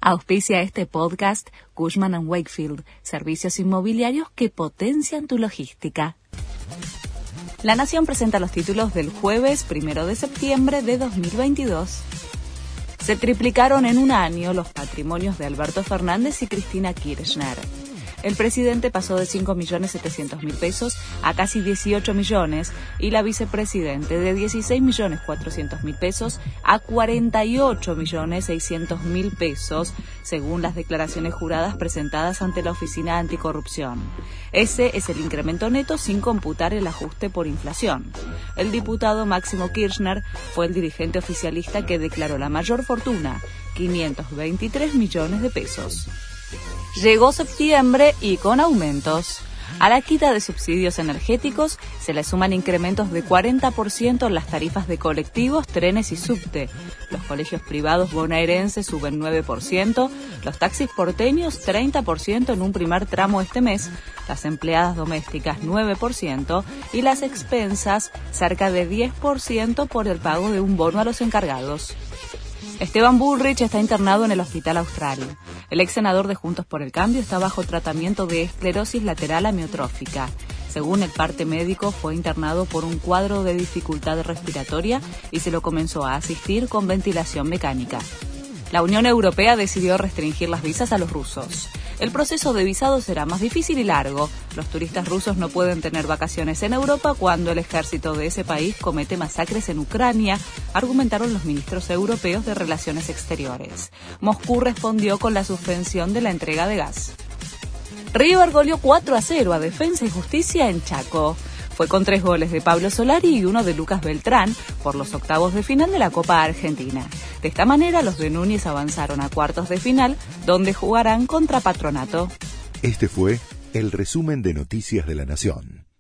Auspicia este podcast Cushman & Wakefield, servicios inmobiliarios que potencian tu logística. La Nación presenta los títulos del jueves 1 de septiembre de 2022. Se triplicaron en un año los patrimonios de Alberto Fernández y Cristina Kirchner. El presidente pasó de 5.700.000 pesos a casi 18 millones y la vicepresidente de 16.400.000 pesos a 48.600.000 pesos, según las declaraciones juradas presentadas ante la Oficina Anticorrupción. Ese es el incremento neto sin computar el ajuste por inflación. El diputado Máximo Kirchner fue el dirigente oficialista que declaró la mayor fortuna, 523 millones de pesos. Llegó septiembre y con aumentos. A la quita de subsidios energéticos se le suman incrementos de 40% en las tarifas de colectivos, trenes y subte. Los colegios privados bonaerenses suben 9%, los taxis porteños 30% en un primer tramo este mes, las empleadas domésticas 9% y las expensas cerca de 10% por el pago de un bono a los encargados. Esteban Bullrich está internado en el Hospital Austral. El ex senador de Juntos por el Cambio está bajo tratamiento de esclerosis lateral amiotrófica. Según el parte médico, fue internado por un cuadro de dificultad respiratoria y se lo comenzó a asistir con ventilación mecánica. La Unión Europea decidió restringir las visas a los rusos. El proceso de visado será más difícil y largo. Los turistas rusos no pueden tener vacaciones en Europa cuando el ejército de ese país comete masacres en Ucrania, argumentaron los ministros europeos de Relaciones Exteriores. Moscú respondió con la suspensión de la entrega de gas. River goleó 4-0 a Defensa y Justicia en Chaco. Fue con 3 goles de Pablo Solari y 1 de Lucas Beltrán por los octavos de final de la Copa Argentina. De esta manera, los de Núñez avanzaron a cuartos de final, donde jugarán contra Patronato. Este fue el resumen de Noticias de la Nación.